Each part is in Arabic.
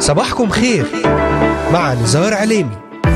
صباحكم خير مع نزار عليمي.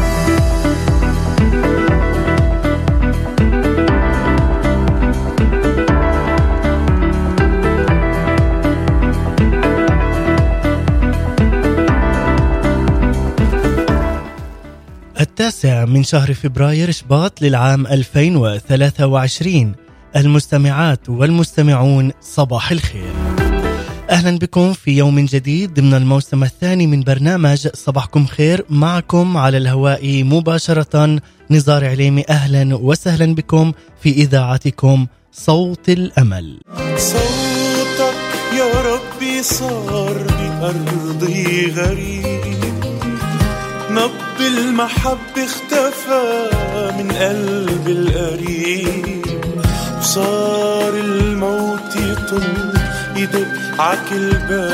التاسع من شهر فبراير شباط للعام 2023. المستمعات والمستمعون صباح الخير، أهلا بكم في يوم جديد ضمن الموسم الثاني من برنامج صباحكم خير. معكم على الهواء مباشرة نزار عليمي. أهلا وسهلا بكم في إذاعتكم صوت الأمل. صوتك يا ربي صار بأرضي غريب، نبض المحبة اختفى من قلب القريب، وصار الموت يطل يدق عكل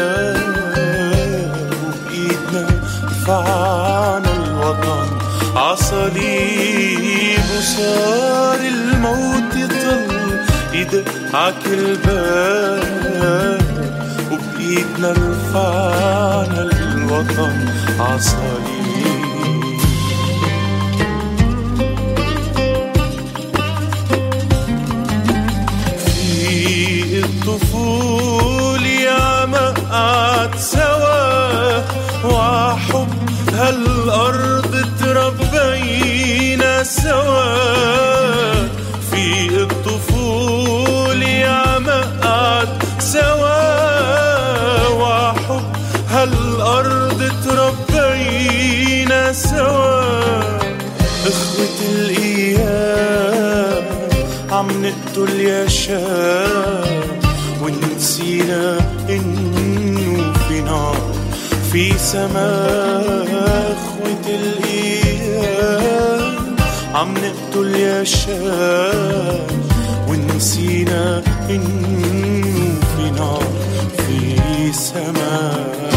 باب، وبإيدنا رفعنا الوطن عصليب، وصار الموت يطل يدق عكل باب، وبإيدنا رفعنا الوطن عصليب. الطفولة عم قعد سوا، وحب هالأرض تربينا سوا. في الطفولة عم قعد سوا، وحب هالأرض تربينا سوا. إخوة الأيام عم نقتل يا شام، ونسينا إنه في نار في سماء. إخوة الأيام عم نقتل يا شام، ونسينا إنه في نار في سماء.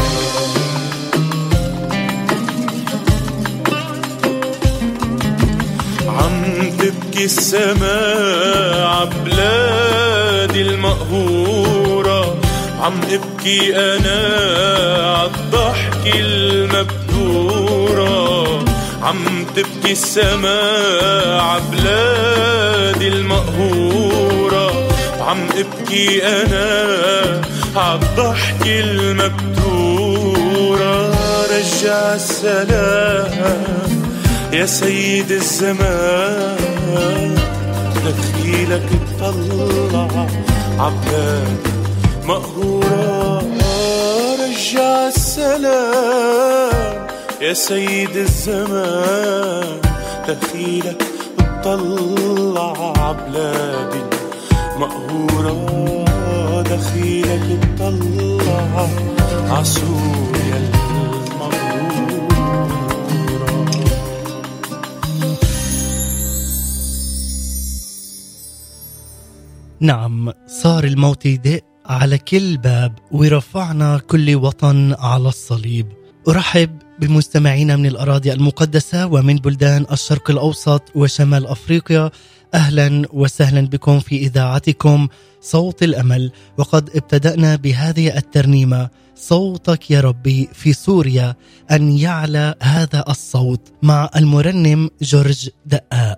عم تبكي السماء عبلادي المقهورة، عم ابكي أنا عالضحك المبتورة. عم تبكي السماء عبلادي المقهورة، عم ابكي أنا عالضحك المبتورة. رجع السلام يا سيد الزمان، دخيلك اطلع عباد مقهورة. رجع السلام يا سيد الزمان، دخيلك اطلع عبلادي مقهورة. دخيلك اطلع عسوريا المقهورة. نعم، صار الموت يدق على كل باب، ورفعنا كل وطن على الصليب. أرحب بمستمعينا من الأراضي المقدسة ومن بلدان الشرق الأوسط وشمال أفريقيا. أهلا وسهلا بكم في إذاعتكم صوت الأمل. وقد ابتدأنا بهذه الترنيمة: صوتك يا ربي في سوريا أن يعلى هذا الصوت، مع المرنم جورج دقاق.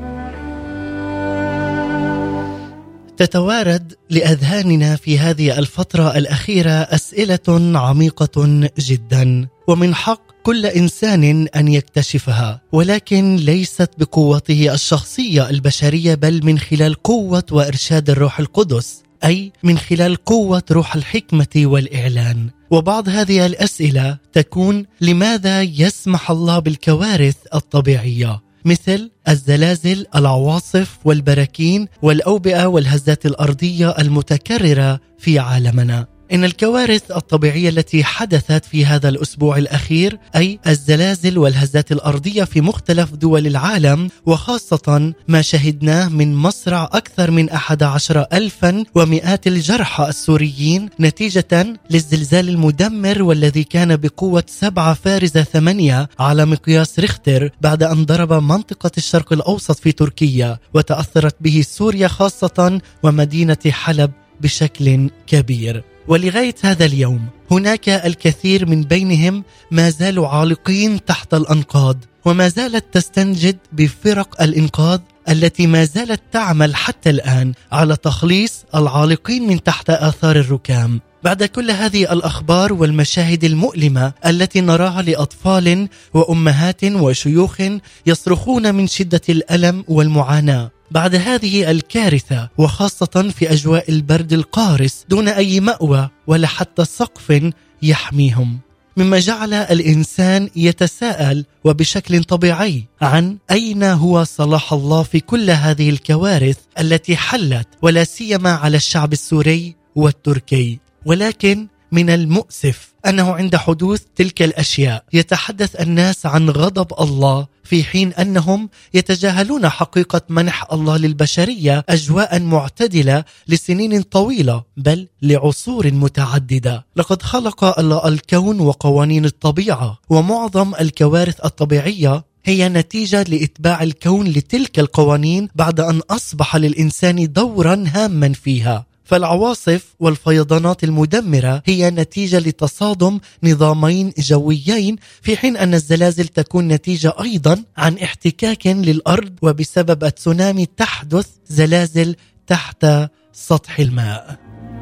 تتوارد لأذهاننا في هذه الفترة الأخيرة أسئلة عميقة جدا، ومن حق كل إنسان أن يكتشفها، ولكن ليست بقوته الشخصية البشرية، بل من خلال قوة وإرشاد الروح القدس، أي من خلال قوة روح الحكمة والإعلان. وبعض هذه الأسئلة تكون: لماذا يسمح الله بالكوارث الطبيعية مثل الزلازل، العواصف والبراكين والأوبئة والهزات الأرضية المتكررة في عالمنا؟ إن الكوارث الطبيعية التي حدثت في هذا الأسبوع الأخير، أي الزلازل والهزات الأرضية في مختلف دول العالم، وخاصة ما شهدناه من مصرع أكثر من 11,000 ومئات الجرحى السوريين نتيجة للزلزال المدمر، والذي كان بقوة 7.8 على مقياس ريختر، بعد أن ضرب منطقة الشرق الأوسط في تركيا، وتأثرت به سوريا خاصة ومدينة حلب بشكل كبير. ولغاية هذا اليوم هناك الكثير من بينهم ما زالوا عالقين تحت الأنقاض، وما زالت تستنجد بفرق الإنقاذ التي ما زالت تعمل حتى الآن على تخليص العالقين من تحت آثار الركام. بعد كل هذه الأخبار والمشاهد المؤلمة التي نراها لأطفال وأمهات وشيوخ يصرخون من شدة الألم والمعاناة، بعد هذه الكارثة وخاصة في أجواء البرد القارس دون أي مأوى ولا حتى سقف يحميهم، مما جعل الإنسان يتساءل وبشكل طبيعي عن أين هو صلاح الله في كل هذه الكوارث التي حلت، ولا سيما على الشعب السوري والتركي. ولكن من المؤسف أنه عند حدوث تلك الأشياء يتحدث الناس عن غضب الله، في حين أنهم يتجاهلون حقيقة منح الله للبشرية أجواء معتدلة لسنين طويلة، بل لعصور متعددة. لقد خلق الله الكون وقوانين الطبيعة، ومعظم الكوارث الطبيعية هي نتيجة لإتباع الكون لتلك القوانين بعد أن أصبح للإنسان دورا هاما فيها. فالعواصف والفيضانات المدمرة هي نتيجة لتصادم نظامين جويين، في حين أن الزلازل تكون نتيجة أيضا عن احتكاك للأرض، وبسبب التسونامي تحدث زلازل تحت سطح الماء.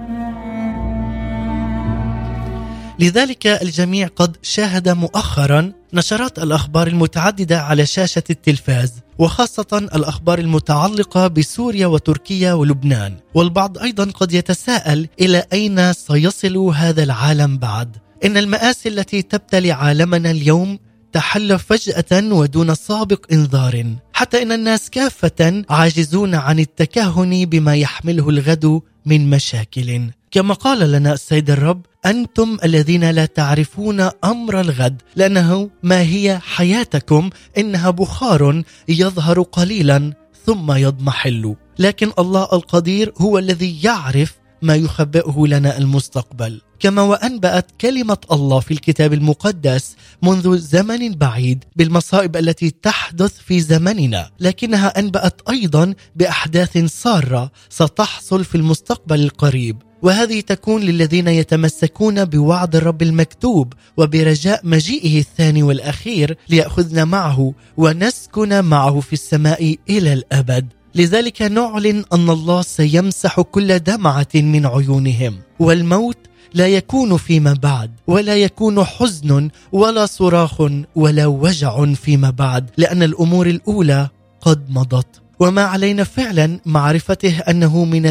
لذلك الجميع قد شاهد مؤخرا نشرات الأخبار المتعددة على شاشة التلفاز، وخاصة الأخبار المتعلقة بسوريا وتركيا ولبنان. والبعض أيضا قد يتساءل إلى أين سيصل هذا العالم بعد؟ إن المآسي التي تبتلي عالمنا اليوم تحل فجأة ودون سابق إنذار، حتى إن الناس كافة عاجزون عن التكهن بما يحمله الغد من مشاكل. كما قال لنا السيد الرب: أنتم الذين لا تعرفون أمر الغد، لأنه ما هي حياتكم إنها بخار يظهر قليلا ثم يضمحل. لكن الله القدير هو الذي يعرف ما يخبئه لنا المستقبل. كما وأنبأت كلمة الله في الكتاب المقدس منذ زمن بعيد بالمصائب التي تحدث في زمننا، لكنها أنبأت أيضا بأحداث سارة ستحصل في المستقبل القريب، وهذه تكون للذين يتمسكون بوعد الرب المكتوب وبرجاء مجيئه الثاني والأخير ليأخذنا معه ونسكن معه في السماء إلى الأبد. لذلك نعلن أن الله سيمسح كل دمعة من عيونهم، والموت لا يكون فيما بعد، ولا يكون حزن ولا صراخ ولا وجع فيما بعد، لأن الأمور الأولى قد مضت. وما علينا فعلا معرفته أنه من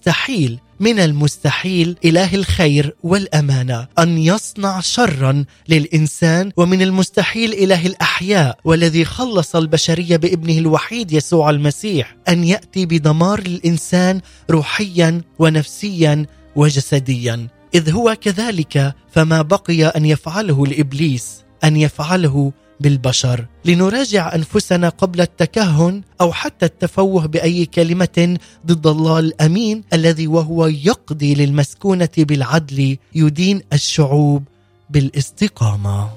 المستحيل إله الخير والأمانة أن يصنع شرا للإنسان، ومن المستحيل إله الأحياء والذي خلص البشرية بابنه الوحيد يسوع المسيح أن يأتي بدمار للإنسان روحيا ونفسيا وجسديا. إذ هو كذلك فما بقي أن يفعله لإبليس أن يفعله بالبشر. لنراجع أنفسنا قبل التكهن أو حتى التفوه بأي كلمة ضد الله الأمين الذي وهو يقضي للمسكونة بالعدل يدين الشعوب بالاستقامة.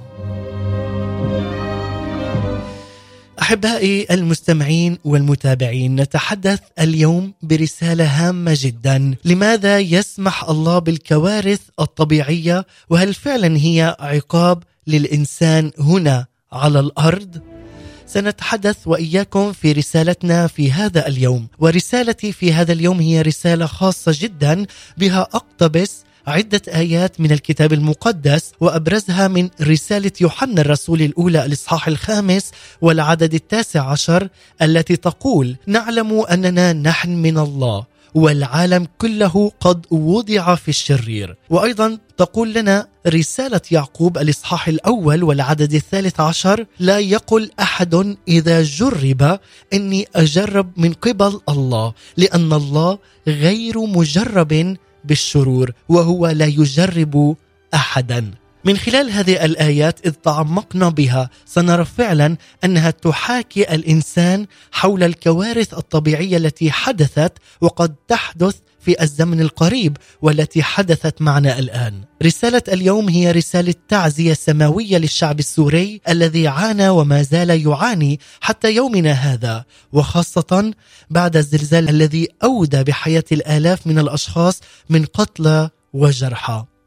أحبائي المستمعين والمتابعين، نتحدث اليوم برسالة هامة جدا. لماذا يسمح الله بالكوارث الطبيعية؟ وهل فعلا هي عقاب للإنسان هنا على الأرض؟ سنتحدث وإياكم في رسالتنا في هذا اليوم، ورسالتي في هذا اليوم هي رسالة خاصة جدا، بها أقتبس عدة آيات من الكتاب المقدس، وأبرزها من رسالة يوحنا الرسول الأولى الإصحاح 5 والعدد 19 التي تقول: نعلم أننا نحن من الله والعالم كله قد وضع في الشرير. وأيضا تقول لنا رسالة يعقوب الإصحاح الأول والعدد 13: لا يقل أحد إذا جرب إني أجرب من قبل الله، لأن الله غير مجرب بالشرور وهو لا يجرب أحدا. من خلال هذه الآيات إذ تعمقنا بها سنرى فعلا أنها تحاكي الإنسان حول الكوارث الطبيعية التي حدثت وقد تحدث في الزمن القريب والتي حدثت معنا الآن. رسالة اليوم هي رسالة تعزية سماوية للشعب السوري الذي عانى وما زال يعاني حتى يومنا هذا، وخاصة بعد الزلزال الذي أودى بحياة الآلاف من الأشخاص من قتلى وجرحى.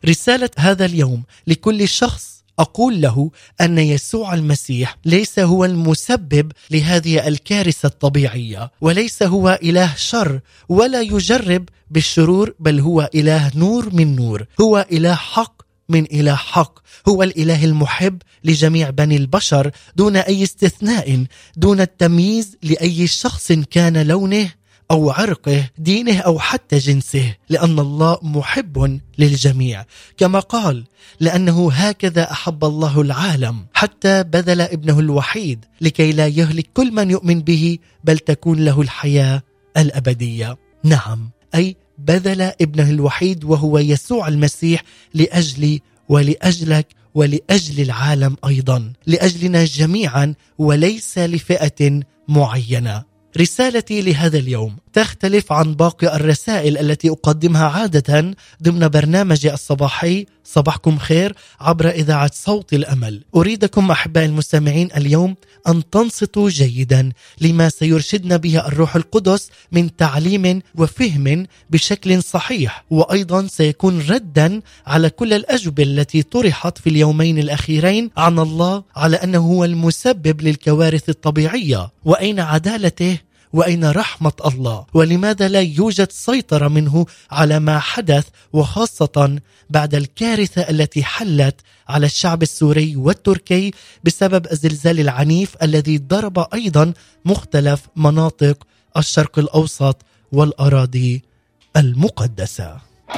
رسالة هذا اليوم لكل شخص أقول له أن يسوع المسيح ليس هو المسبب لهذه الكارثة الطبيعية، وليس هو إله شر ولا يجرب بالشرور، بل هو إله نور من نور، هو إله حق من إله حق، هو الإله المحب لجميع بني البشر دون أي استثناء، دون التمييز لأي شخص كان لونه أو عرقه، دينه أو حتى جنسه، لأن الله محب للجميع، كما قال: لأنه هكذا أحب الله العالم حتى بذل ابنه الوحيد لكي لا يهلك كل من يؤمن به بل تكون له الحياة الأبدية. نعم، أي بذل ابنه الوحيد وهو يسوع المسيح لأجلي ولأجلك ولأجل العالم أيضا، لأجلنا جميعا وليس لفئة معينة. رسالتي لهذا اليوم تختلف عن باقي الرسائل التي أقدمها عادة ضمن برنامجي الصباحي صباحكم خير عبر إذاعة صوت الأمل. أريدكم أحبائي المستمعين اليوم أن تنصتوا جيدا لما سيرشدنا به الروح القدس من تعليم وفهم بشكل صحيح، وأيضا سيكون ردا على كل الأجوبة التي طرحت في اليومين الأخيرين عن الله على أنه هو المسبب للكوارث الطبيعية، وأين عدالته وأين رحمة الله، ولماذا لا يوجد سيطرة منه على ما حدث، وخاصة بعد الكارثة التي حلت على الشعب السوري والتركي بسبب الزلزال العنيف الذي ضرب أيضا مختلف مناطق الشرق الأوسط والأراضي المقدسة.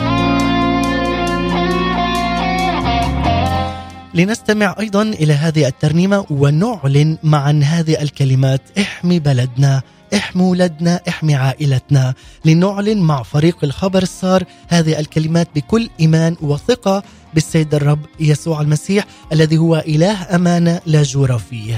لنستمع أيضا إلى هذه الترنيمة ونعلن معا هذه الكلمات: احمي بلدنا، احمي ولدنا، احمي عائلتنا. لنعلن مع فريق الخبر السار هذه الكلمات بكل إيمان وثقة بالسيد الرب يسوع المسيح الذي هو إله أمانة لا جور فيه.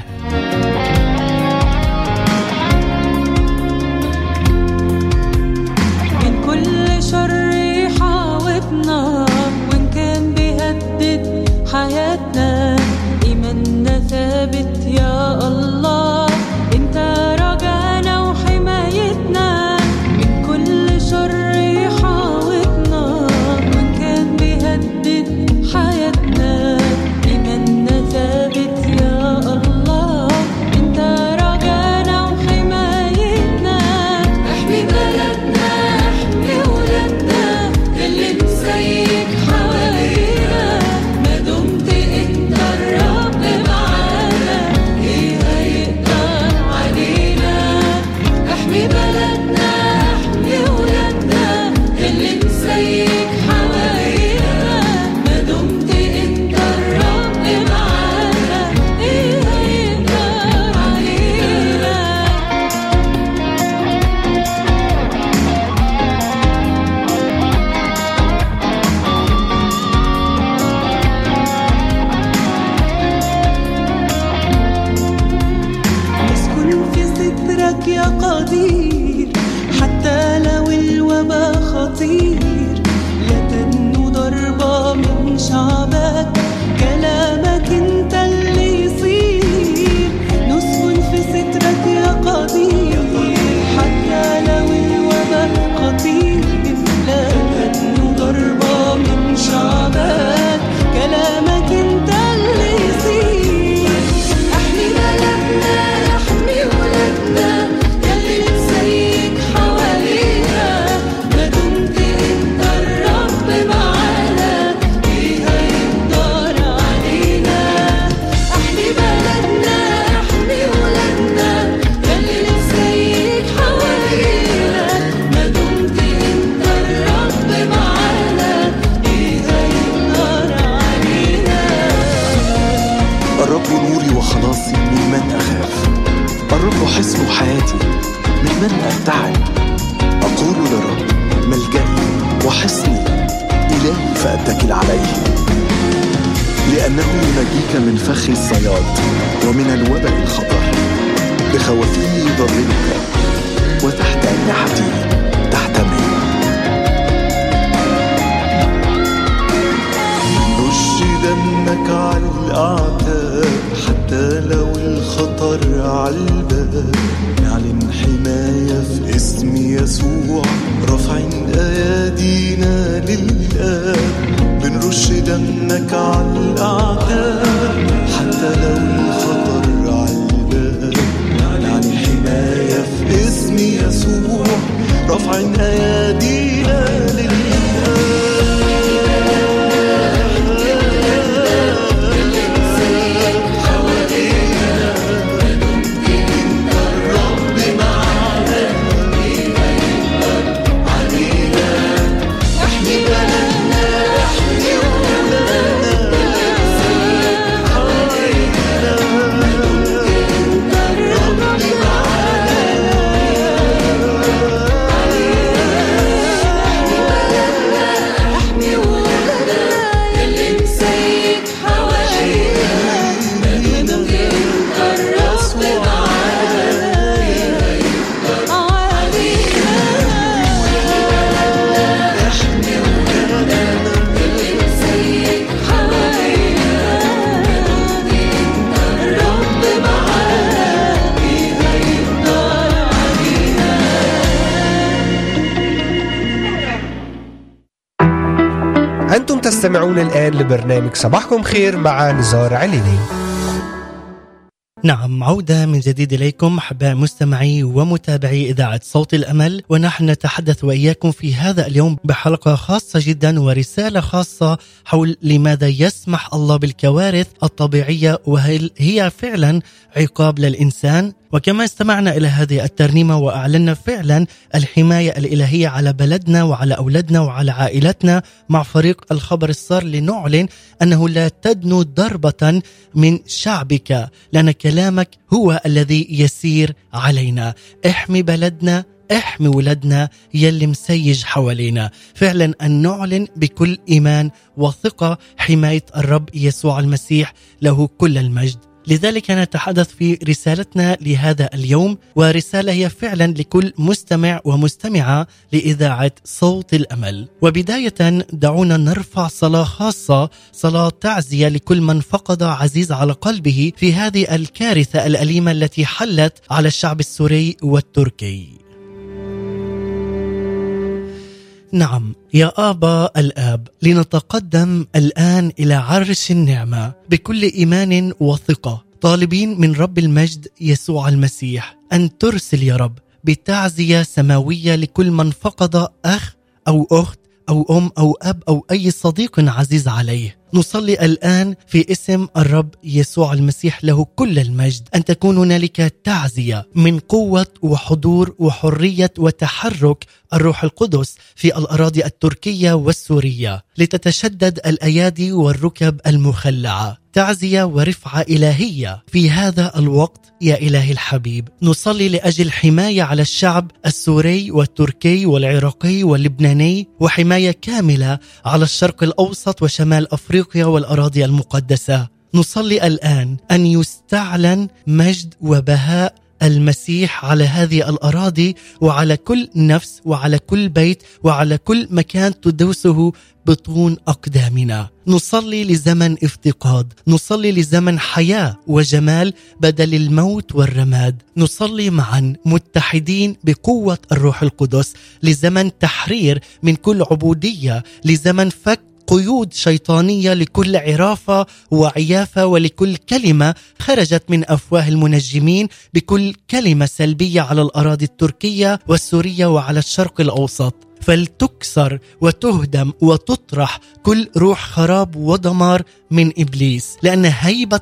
من كل شر يحاوطنا وإن كان بيهدد حياتنا، إيماننا ثابت يا الله، انت رجانا وحمايتنا. من كل شر يحاوطنا وإن كان بيهدد حياتنا، إيماننا ثابت يا الله، انت رجانا وحمايتنا. احمي بلدنا، احمي ولادنا، اللي مسيك حوالينا، ما دمت انت الرب معانا، ايه هيقدر علينا. احمي بلدنا، احمي ولادنا، اللي مسيك حوالينا، ما دمت انت الرب معانا، ايه هيقدر علينا. نسكن في سترك يا قدير، حتى لو الوبا خطير، لا تنو ضربة من شعبك، كلامك انت اللي يصير. نسكن في سترك يا قدير، حتى لو الوبا خطير، لا تنو ضربة من شعبك، كلامك انت اللي يصير. احمي بلدنا، احمي ولادنا، يلي مسيك حوالينا، ما دمت انت الرب معانا، ايه هيقدر علينا. احمي بلدنا، احمي ولادنا، يلي مسيك حوالينا، ما دمت انت الرب معانا، ايه هيقدر علينا. الرب نوري وخلاصي، من من أخاف؟ الرب حصن حياتي، من من أرتعب؟ أقول للرب ملجئي وحصني، إلهي فأتكل عليه. لأنه ينجيك من فخ الصياد ومن الوباء الخطر، بخوافيه يضللك وتحت أجنحته تحتمي. رش دمك على الأعتاب، حتى لو الخطر عالباب، نعلن حماية في اسم يسوع، رافعين أيادينا للآب. بنرش دمك على الأعتاب حتى لو الخطر عالباب. نعلن حماية في اسم يسوع رافعين أيادينا لله. أنتم تستمعون الآن لبرنامج صباحكم خير مع نزار عليني. نعم، عودة من جديد إليكم أحباء مستمعي ومتابعي إذاعة صوت الأمل، ونحن نتحدث وإياكم في هذا اليوم بحلقة خاصة جدا ورسالة خاصة حول لماذا يسمح الله بالكوارث الطبيعية، وهل هي فعلا عقاب للإنسان. وكما استمعنا إلى هذه الترنيمة وأعلنا فعلا الحماية الإلهية على بلدنا وعلى أولادنا وعلى عائلتنا مع فريق الخبر السار، لنعلن أنه لا تدنو ضربة من شعبك لأن كلامك هو الذي يسير علينا. احمي بلدنا، احمي ولدنا يلي مسيج حوالينا. فعلا أن نعلن بكل إيمان وثقة حماية الرب يسوع المسيح، له كل المجد. لذلك نتحدث في رسالتنا لهذا اليوم، ورسالة هي فعلا لكل مستمع ومستمعة لإذاعة صوت الأمل. وبداية دعونا نرفع صلاة خاصة، صلاة تعزية لكل من فقد عزيز على قلبه في هذه الكارثة الأليمة التي حلت على الشعب السوري والتركي. نعم يا آبا الآب، لنتقدم الآن إلى عرش النعمة بكل إيمان وثقة، طالبين من رب المجد يسوع المسيح أن ترسل يا رب بتعزية سماوية لكل من فقد أخ أو أخت أو أم أو أب أو أي صديق عزيز عليه. نصلي الآن في اسم الرب يسوع المسيح له كل المجد أن تكون هنالك تعزية من قوة وحضور وحرية وتحرك الروح القدس في الأراضي التركية والسورية، لتتشدد الأيادي والركب المخلعة. تعزية ورفعة إلهية في هذا الوقت يا إلهي الحبيب. نصلي لأجل حماية على الشعب السوري والتركي والعراقي واللبناني، وحماية كاملة على الشرق الأوسط وشمال أفريقيا والأراضي المقدسة. نصلي الآن أن يستعلن مجد وبهاء المسيح على هذه الأراضي وعلى كل نفس وعلى كل بيت وعلى كل مكان تدوسه بطون أقدامنا. نصلي لزمن افتقاد، نصلي لزمن حياة وجمال بدل الموت والرماد. نصلي معا متحدين بقوة الروح القدس لزمن تحرير من كل عبودية، لزمن فك قيود شيطانية لكل عرافة وعيافة ولكل كلمة خرجت من أفواه المنجمين، بكل كلمة سلبية على الأراضي التركية والسورية وعلى الشرق الأوسط. فلتكسر وتهدم وتطرح كل روح خراب ودمار من إبليس، لأن هيبة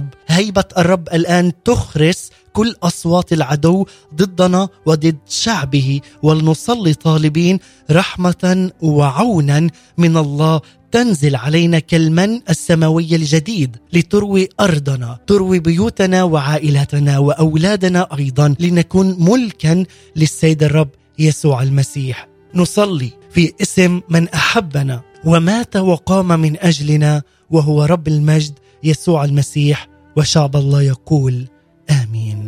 الرب الآن تخرس كل أصوات العدو ضدنا وضد شعبه. ولنصلي طالبين رحمة وعونا من الله تنزل علينا كالمن السماوي الجديد، لتروي أرضنا، تروي بيوتنا وعائلاتنا وأولادنا أيضا، لنكون ملكا للسيد الرب يسوع المسيح. نصلي في اسم من أحبنا ومات وقام من أجلنا، وهو رب المجد يسوع المسيح. وشعب الله يقول آمين.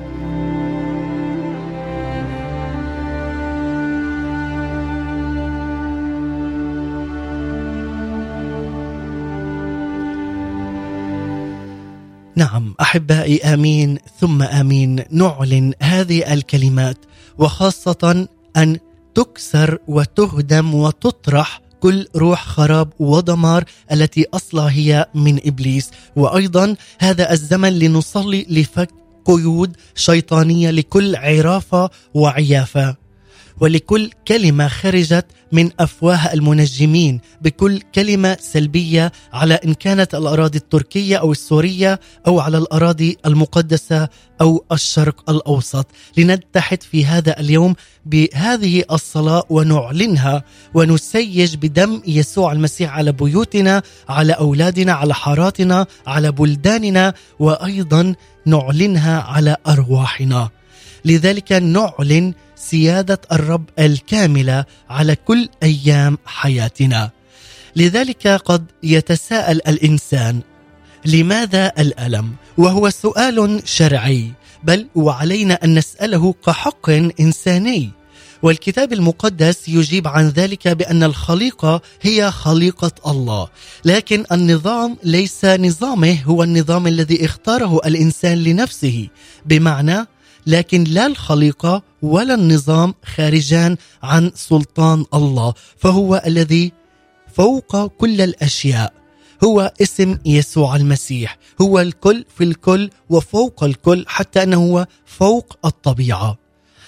نعم أحبائي، آمين ثم آمين. نعلن هذه الكلمات، وخاصة أن تكسر وتهدم وتطرح كل روح خراب ودمار التي أصلها هي من إبليس. وأيضا هذا الزمن لنصلي لفك قيود شيطانية لكل عرافة وعيافة، ولكل كلمة خرجت من أفواه المنجمين، بكل كلمة سلبية على إن كانت الأراضي التركية أو السورية أو على الأراضي المقدسة أو الشرق الأوسط. لنتحد في هذا اليوم بهذه الصلاة ونعلنها ونسيج بدم يسوع المسيح على بيوتنا، على أولادنا، على حاراتنا، على بلداننا، وأيضا نعلنها على أرواحنا. لذلك نعلن سيادة الرب الكاملة على كل أيام حياتنا. لذلك قد يتساءل الإنسان: لماذا الألم؟ وهو سؤال شرعي، بل وعلينا أن نسأله كحق إنساني. والكتاب المقدس يجيب عن ذلك بأن الخليقة هي خليقة الله، لكن النظام ليس نظامه هو النظام الذي اختاره الإنسان لنفسه، بمعنى لكن لا الخليقة ولا النظام خارجان عن سلطان الله، فهو الذي فوق كل الأشياء، هو اسم يسوع المسيح، هو الكل في الكل وفوق الكل، حتى أنه هو فوق الطبيعة.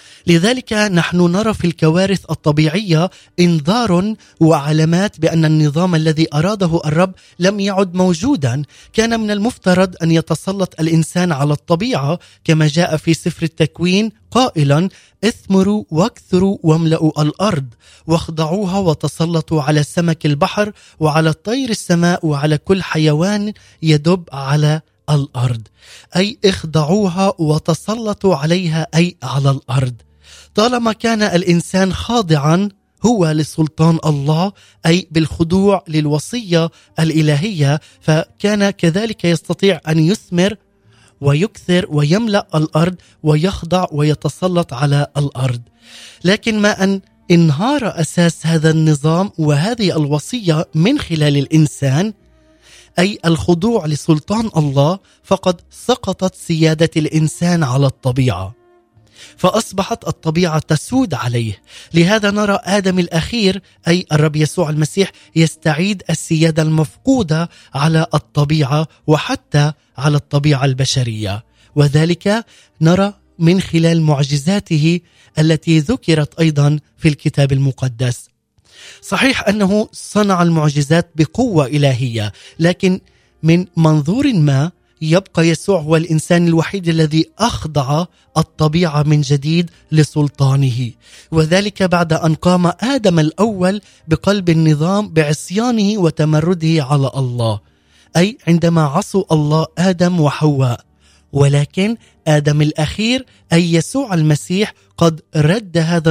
لذلك نحن نرى في الكوارث الطبيعية إنذار وعلامات بأن النظام الذي أراده الرب لم يعد موجودا. كان من المفترض أن يتسلط الإنسان على الطبيعة كما جاء في سفر التكوين قائلا: اثمروا واكثروا واملأوا الأرض واخضعوها وتسلطوا على سمك البحر وعلى طير السماء وعلى كل حيوان يدب على الأرض. أي اخضعوها وتسلطوا عليها، أي على الأرض. طالما كان الإنسان خاضعا هو لسلطان الله، أي بالخضوع للوصية الإلهية، فكان كذلك يستطيع أن يثمر ويكثر ويملأ الأرض ويخضع ويتسلط على الأرض. لكن ما أن انهار أساس هذا النظام وهذه الوصية من خلال الإنسان، أي الخضوع لسلطان الله، فقد سقطت سيادة الإنسان على الطبيعة، فأصبحت الطبيعة تسود عليه. لهذا نرى آدم الأخير أي الرب يسوع المسيح يستعيد السيادة المفقودة على الطبيعة وحتى على الطبيعة البشرية، وذلك نرى من خلال معجزاته التي ذكرت أيضا في الكتاب المقدس. صحيح أنه صنع المعجزات بقوة إلهية، لكن من منظور ما يبقى يسوع هو الإنسان الوحيد الذي أخضع الطبيعة من جديد لسلطانه، وذلك بعد أن قام آدم الأول بقلب النظام بعصيانه وتمرده على الله، أي عندما عصوا الله آدم وحواء. ولكن آدم الأخير أي يسوع المسيح قد رد هذا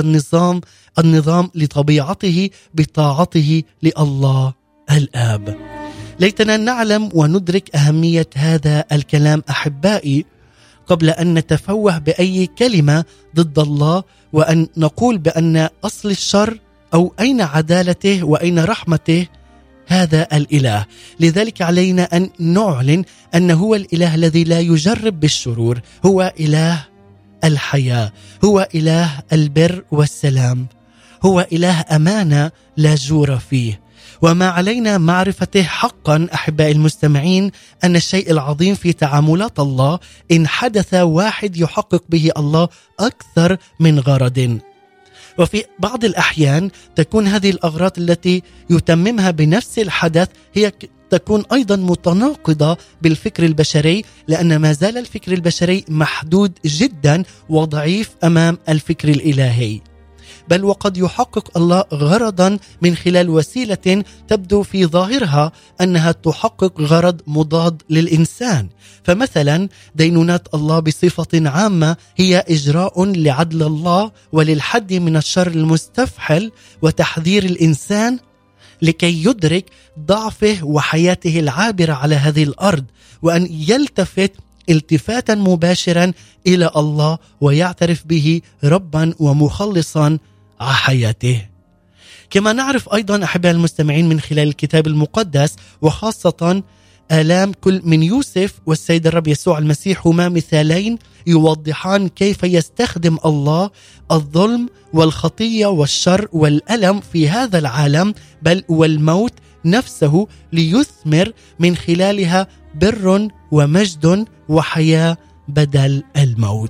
النظام لطبيعته بطاعته لله الآب. ليتنا نعلم وندرك أهمية هذا الكلام أحبائي قبل أن نتفوه بأي كلمة ضد الله وأن نقول بأن أصل الشر أو أين عدالته وأين رحمته هذا الإله. لذلك علينا أن نعلن أنه هو الإله الذي لا يجرب بالشرور، هو إله الحياة، هو إله البر والسلام، هو إله أمانة لا جور فيه. وما علينا معرفته حقا أحبائي المستمعين أن الشيء العظيم في تعاملات الله إن حدث واحد يحقق به الله أكثر من غرض، وفي بعض الأحيان تكون هذه الأغراض التي يتممها بنفس الحدث هي تكون أيضا متناقضة بالفكر البشري، لأن ما زال الفكر البشري محدود جدا وضعيف أمام الفكر الإلهي. بل وقد يحقق الله غرضا من خلال وسيلة تبدو في ظاهرها أنها تحقق غرض مضاد للإنسان. فمثلا دينونات الله بصفة عامة هي إجراء لعدل الله وللحد من الشر المستفحل وتحذير الإنسان لكي يدرك ضعفه وحياته العابرة على هذه الأرض، وأن يلتفت التفاتا مباشرا إلى الله ويعترف به ربا ومخلصا على حياته. كما نعرف أيضا أحبائي المستمعين من خلال الكتاب المقدس وخاصة آلام كل من يوسف والسيد الرب يسوع المسيح هما مثالين يوضحان كيف يستخدم الله الظلم والخطية والشر والألم في هذا العالم بل والموت نفسه ليثمر من خلالها بر ومجد وحياة بدل الموت.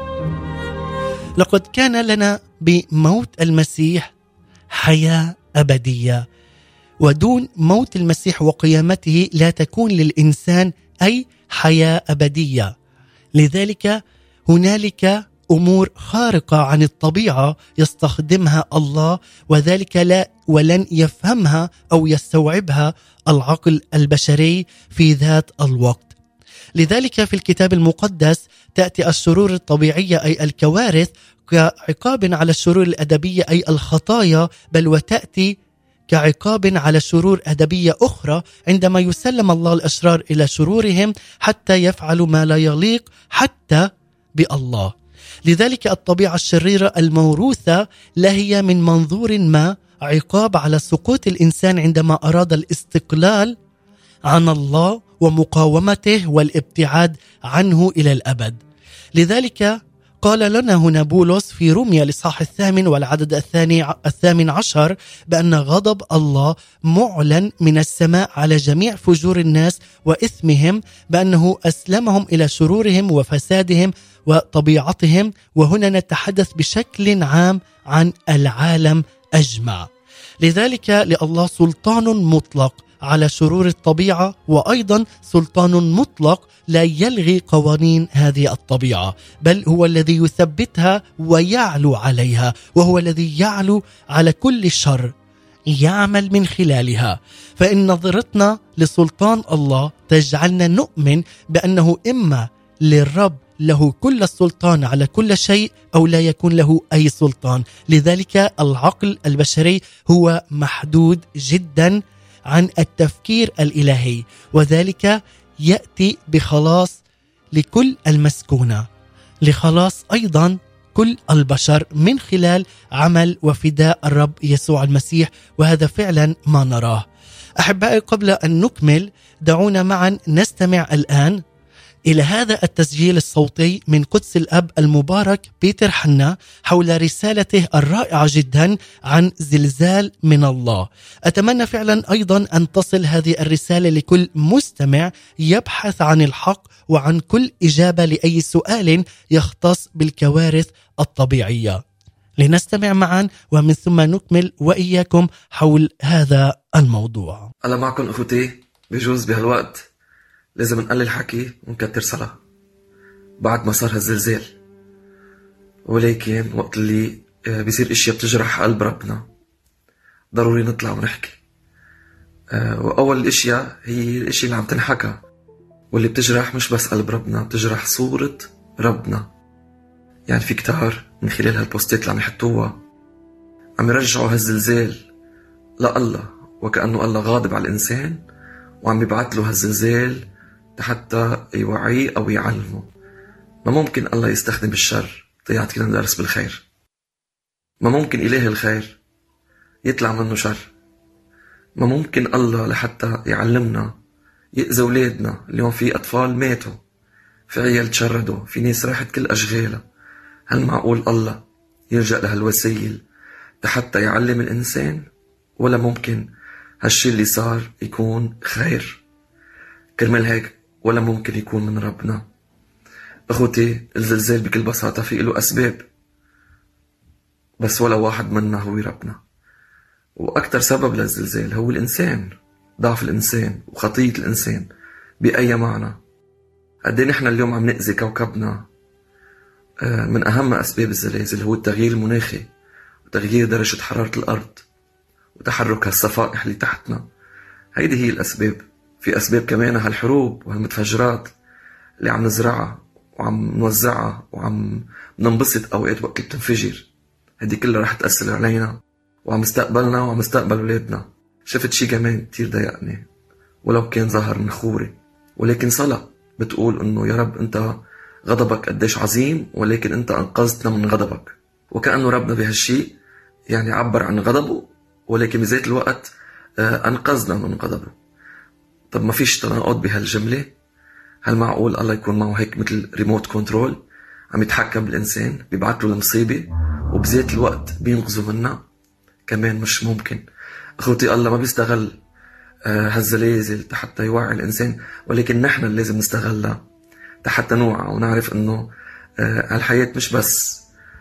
لقد كان لنا بموت المسيح حياة أبدية، ودون موت المسيح وقيامته لا تكون للإنسان أي حياة أبدية. لذلك هنالك أمور خارقة عن الطبيعة يستخدمها الله، وذلك لا ولن يفهمها أو يستوعبها العقل البشري في ذات الوقت. لذلك في الكتاب المقدس تأتي الشرور الطبيعية أي الكوارث كعقاب على الشرور الأدبية أي الخطايا، بل وتأتي كعقاب على شرور أدبية أخرى عندما يسلم الله الأشرار إلى شرورهم حتى يفعلوا ما لا يليق حتى بالله. لذلك الطبيعة الشريرة الموروثة لا هي من منظور ما عقاب على سقوط الإنسان عندما أراد الاستقلال عن الله ومقاومته والابتعاد عنه إلى الأبد. لذلك قال لنا هنا بولس في روميا الإصحاح 8 والعدد 18 بأن غضب الله معلن من السماء على جميع فجور الناس وإثمهم، بأنه أسلمهم إلى شرورهم وفسادهم وطبيعتهم. وهنا نتحدث بشكل عام عن العالم أجمع. لذلك لله سلطان مطلق على شرور الطبيعة، وأيضا سلطان مطلق لا يلغي قوانين هذه الطبيعة، بل هو الذي يثبتها ويعلو عليها، وهو الذي يعلو على كل شر يعمل من خلالها. فإن نظرتنا لسلطان الله تجعلنا نؤمن بأنه إما للرب له كل السلطان على كل شيء أو لا يكون له أي سلطان. لذلك العقل البشري هو محدود جدا عن التفكير الإلهي، وذلك يأتي بخلاص لكل المسكونة، لخلاص أيضا كل البشر من خلال عمل وفداء الرب يسوع المسيح، وهذا فعلا ما نراه. أحبائي، قبل أن نكمل دعونا معا نستمع الآن إلى هذا التسجيل الصوتي من قدس الأب المبارك بيتر حنا حول رسالته الرائعة جدا عن زلزال من الله. أتمنى فعلا أيضا أن تصل هذه الرسالة لكل مستمع يبحث عن الحق وعن كل إجابة لأي سؤال يختص بالكوارث الطبيعية. لنستمع معا ومن ثم نكمل وإياكم حول هذا الموضوع. الله معكم أخوتي. بجوز بهالوقت لازم نقلل حكي ونكتر صلاة بعد ما صار هالزلزال، ولكن وقت اللي بيصير اشياء بتجرح قلب ربنا ضروري نطلع ونحكي. وأول الاشياء هي الاشياء اللي عم تنحكى واللي بتجرح مش بس قلب ربنا، بتجرح صورة ربنا. يعني في كتار من خلال هالبوستات اللي عم يحطوها عم يرجعوا هالزلزال لله، وكأنه الله غاضب على الإنسان وعم يبعث له هالزلزال حتى يوعيه أو يعلمه. ما ممكن الله يستخدم الشر تيعطينا درس بالخير. ما ممكن إله الخير يطلع منه شر. ما ممكن الله لحتى يعلمنا يأذي أولادنا. اليوم في أطفال ماتوا، في عيال تشردوا، في ناس راحت كل أشغالها. هل معقول الله يلجأ لهالوسائل حتى يعلم الإنسان؟ ولا ممكن هالشي اللي صار يكون خير؟ كرمال هيك ولا ممكن يكون من ربنا. أخوتي، الزلزال بكل بساطة فيه له أسباب، بس ولا واحد منا هو ربنا. وأكتر سبب للزلزال هو الإنسان، ضعف الإنسان وخطية الإنسان. بأي معنى؟ قديه نحن اليوم عم نأذي كوكبنا. من أهم أسباب الزلازل هو التغيير المناخي وتغيير درجة حرارة الأرض وتحرك هالصفائح اللي تحتنا. هيدي هي الأسباب. في أسباب كمان هالحروب وهالمتفجرات اللي عم نزرعها وعم نوزعها وعم ننبسط أوقات وقت بتنفجر. هيدي كلها رح تأثر علينا وعم مستقبلنا وعم مستقبل ولادنا. شفت شي كمان كتير ضايقني ولو كان ظاهر من خوري، ولكن صلاة بتقول إنه يا رب أنت غضبك قديش عظيم، ولكن أنت أنقذتنا من غضبك. وكأنه ربنا بهالشي يعني عبر عن غضبه، ولكن بذات الوقت أنقذنا من غضبه. طب ما فيش تناقض بهالجملة؟ هل معقول الله يكون معه هيك مثل ريموت كنترول عم يتحكم بالإنسان، بيبعت له المصيبة وبذات الوقت بينقذه منها؟ كمان مش ممكن. أخوتي، الله ما بيستغل هالزلازل حتى يوعي الإنسان، ولكن نحن اللي لازم نستغلها حتى نوعى ونعرف إنه هالحياة مش بس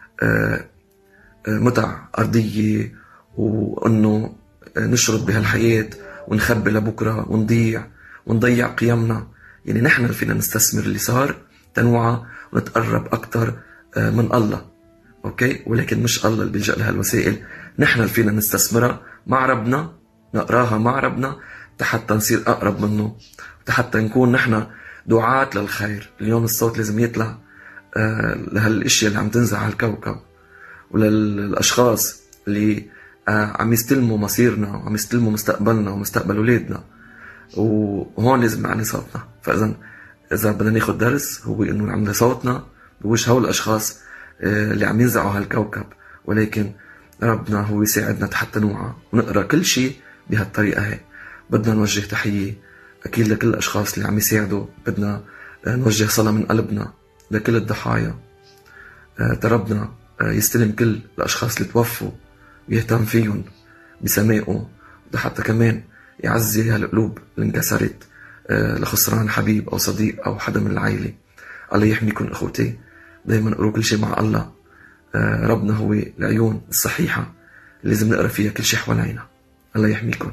متع أرضية، وإنه نشرد بهالحياة ونخبي لبكرة ونضيع قيمنا. يعني نحن اللي فينا نستثمر اللي صار تنوعى ونتقرب أكتر من الله، أوكي؟ ولكن مش الله اللي بيلجأ لها الوسائل، نحن اللي فينا نستثمرها مع ربنا، نقراها مع ربنا حتى نصير أقرب منه، حتى نكون نحن دعاة للخير. اليوم الصوت لازم يطلع لهالاشياء اللي عم تنزع على الكوكب، وللأشخاص اللي عم يستلموا مصيرنا وعم يستلموا مستقبلنا ومستقبل أولادنا، وهون لازم نعني صوتنا. فإذا بدنا ناخد درس هو إنه نعمل صوتنا بوجه هول الأشخاص اللي عم ينزعوا هالكوكب، ولكن ربنا هو يساعدنا حتى نوعى ونقرأ كل شيء بهالطريقة هي. بدنا نوجه تحية أكيد لكل الأشخاص اللي عم يساعدوا، بدنا نوجه صلاة من قلبنا لكل الضحايا، ربنا يستلم كل الأشخاص اللي توفوا ويهتم فيهم بسمائه، حتى كمان يعزي هالقلوب اللي انكسرت لخسران حبيب أو صديق أو حدا من العائلة. الله يحميكم أخوتي، دايما اقروا كل شيء مع الله. ربنا هو العيون الصحيحة اللي لازم نقرأ فيها كل شيء حوالينا. الله يحميكم.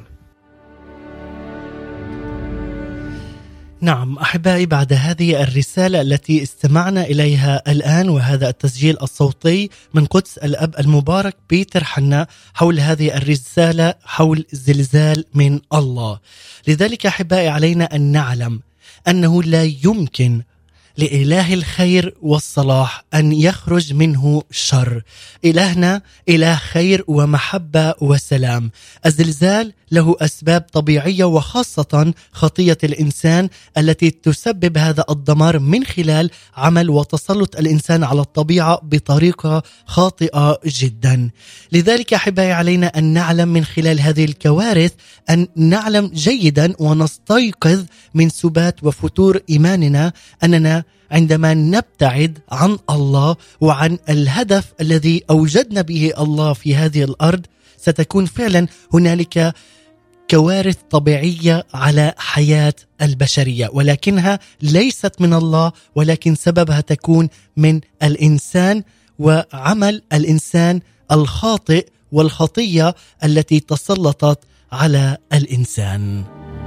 نعم أحبائي، بعد هذه الرسالة التي استمعنا إليها الآن وهذا التسجيل الصوتي من قدس الأب المبارك بيتر حنا حول هذه الرسالة حول زلزال من الله، لذلك أحبائي علينا أن نعلم أنه لا يمكن لإله الخير والصلاح أن يخرج منه شر. إلهنا إله خير ومحبة وسلام. الزلزال له أسباب طبيعية، وخاصة خطية الإنسان التي تسبب هذا الدمار من خلال عمل وتسلط الإنسان على الطبيعة بطريقة خاطئة جدا. لذلك أحبائي علينا أن نعلم من خلال هذه الكوارث، أن نعلم جيدا ونستيقظ من سبات وفتور إيماننا أننا عندما نبتعد عن الله وعن الهدف الذي أوجدنا به الله في هذه الأرض، ستكون فعلا هنالك كوارث طبيعية على حياة البشرية، ولكنها ليست من الله، ولكن سببها تكون من الإنسان وعمل الإنسان الخاطئ والخطية التي تسلطت على الإنسان.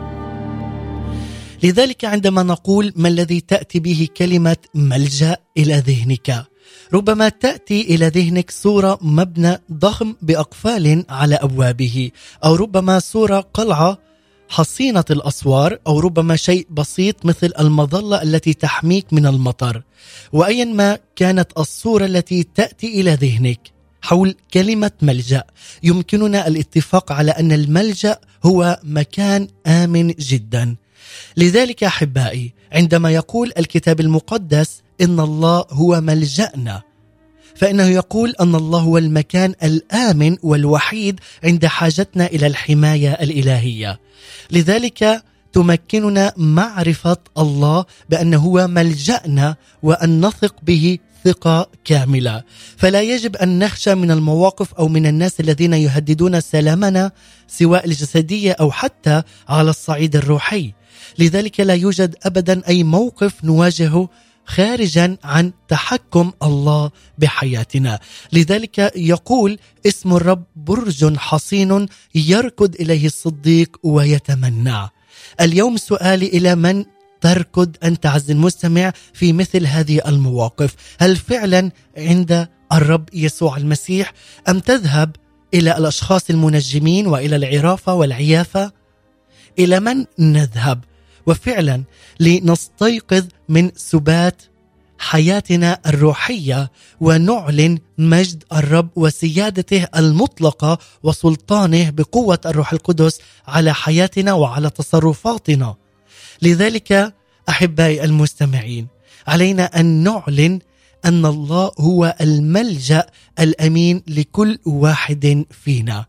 لذلك عندما نقول ما الذي تأتي به كلمة ملجأ إلى ذهنك، ربما تأتي إلى ذهنك صورة مبنى ضخم بأقفال على أبوابه، أو ربما صورة قلعة حصينة الأسوار، أو ربما شيء بسيط مثل المظلة التي تحميك من المطر. وأيا ما كانت الصورة التي تأتي إلى ذهنك حول كلمة ملجأ، يمكننا الاتفاق على أن الملجأ هو مكان آمن جدا. لذلك أحبائي عندما يقول الكتاب المقدس إن الله هو ملجأنا، فإنه يقول أن الله هو المكان الآمن والوحيد عند حاجتنا إلى الحماية الإلهية. لذلك تمكننا معرفة الله بأنه هو ملجأنا وأن نثق به ثقة كاملة. فلا يجب أن نخشى من المواقف أو من الناس الذين يهددون سلامنا، سواء الجسدية أو حتى على الصعيد الروحي. لذلك لا يوجد أبدا أي موقف نواجهه خارجا عن تحكم الله بحياتنا. لذلك يقول اسم الرب برج حصين يركض إليه الصديق ويتمنع. اليوم سؤالي إلى من تركض أنت عز المستمع في مثل هذه المواقف؟ هل فعلا عند الرب يسوع المسيح، أم تذهب إلى الأشخاص المنجمين وإلى العرافة والعيافة؟ إلى من نذهب وفعلا لنستيقظ من سبات حياتنا الروحية ونعلن مجد الرب وسيادته المطلقة وسلطانه بقوة الروح القدس على حياتنا وعلى تصرفاتنا؟ لذلك أحبائي المستمعين علينا أن نعلن أن الله هو الملجأ الأمين لكل واحد فينا.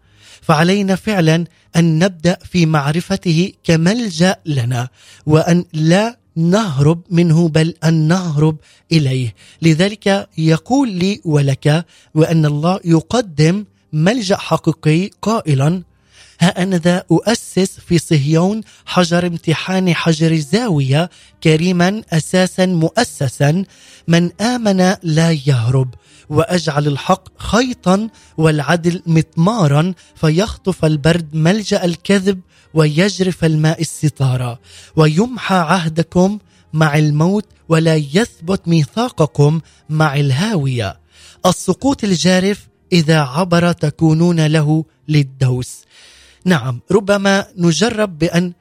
فعلينا فعلا أن نبدأ في معرفته كملجأ لنا، وأن لا نهرب منه بل أن نهرب إليه. لذلك يقول لي ولك وأن الله يقدم ملجأ حقيقي قائلا: ها أنا ذا أؤسس في صهيون حجر امتحان حجر زاوية كريما أساسا مؤسسا، من آمن لا يهرب، وأجعل الحق خيطا والعدل مطمارا، فيخطف البرد ملجأ الكذب ويجرف الماء الستارة، ويمحى عهدكم مع الموت ولا يثبت ميثاقكم مع الهاوية. السقوط الجارف إذا عبر تكونون له للدوس. نعم، ربما نجرب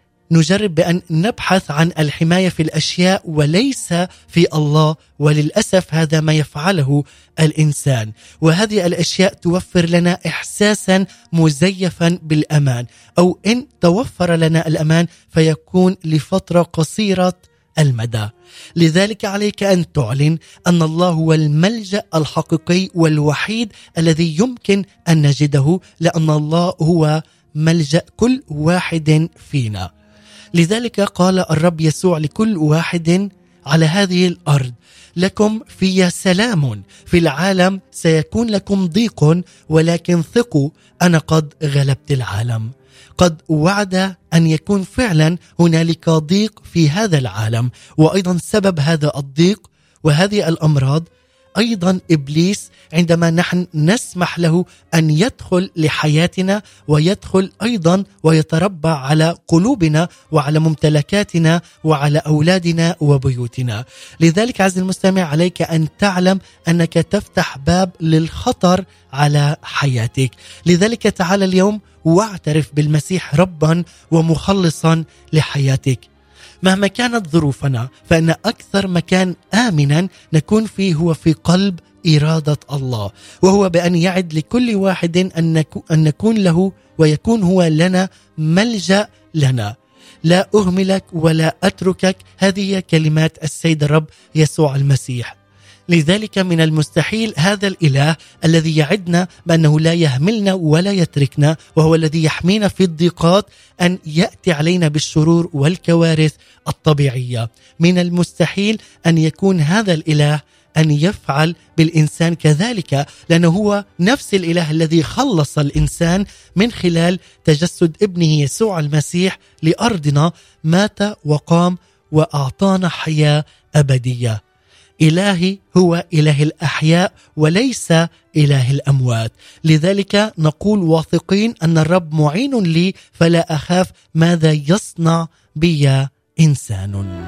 بأن نبحث عن الحماية في الأشياء وليس في الله، وللأسف هذا ما يفعله الإنسان، وهذه الأشياء توفر لنا إحساسا مزيفا بالأمان، أو إن توفر لنا الأمان فيكون لفترة قصيرة المدى. لذلك عليك أن تعلن أن الله هو الملجأ الحقيقي والوحيد الذي يمكن أن نجده، لأن الله هو ملجأ كل واحد فينا. لذلك قال الرب يسوع لكل واحد على هذه الأرض: لكم في سلام، في العالم سيكون لكم ضيق، ولكن ثقوا أنا قد غلبت العالم. قد وعد أن يكون فعلا هنالك ضيق في هذا العالم، وأيضا سبب هذا الضيق وهذه الأمراض أيضا إبليس، عندما نحن نسمح له أن يدخل لحياتنا ويدخل أيضا ويتربع على قلوبنا وعلى ممتلكاتنا وعلى أولادنا وبيوتنا. لذلك عز المستمع عليك أن تعلم أنك تفتح باب للخطر على حياتك. لذلك تعال اليوم واعترف بالمسيح ربا ومخلصا لحياتك. مهما كانت ظروفنا فإن أكثر مكان آمنا نكون فيه هو في قلب إرادة الله، وهو بأن يعد لكل واحد أن نكون له ويكون هو لنا ملجأ لنا. لا أهملك ولا أتركك، هذه كلمات السيد الرب يسوع المسيح. لذلك من المستحيل هذا الإله الذي يعدنا بأنه لا يهملنا ولا يتركنا، وهو الذي يحمينا في الضيقات، أن يأتي علينا بالشرور والكوارث الطبيعية. من المستحيل أن يكون هذا الإله أن يفعل بالإنسان كذلك، لأنه هو نفس الإله الذي خلص الإنسان من خلال تجسد ابنه يسوع المسيح لأرضنا، مات وقام وأعطانا حياة أبدية. إلهي هو إله الأحياء وليس إله الأموات. لذلك نقول واثقين أن الرب معين لي، فلا أخاف ماذا يصنع بي إنسان.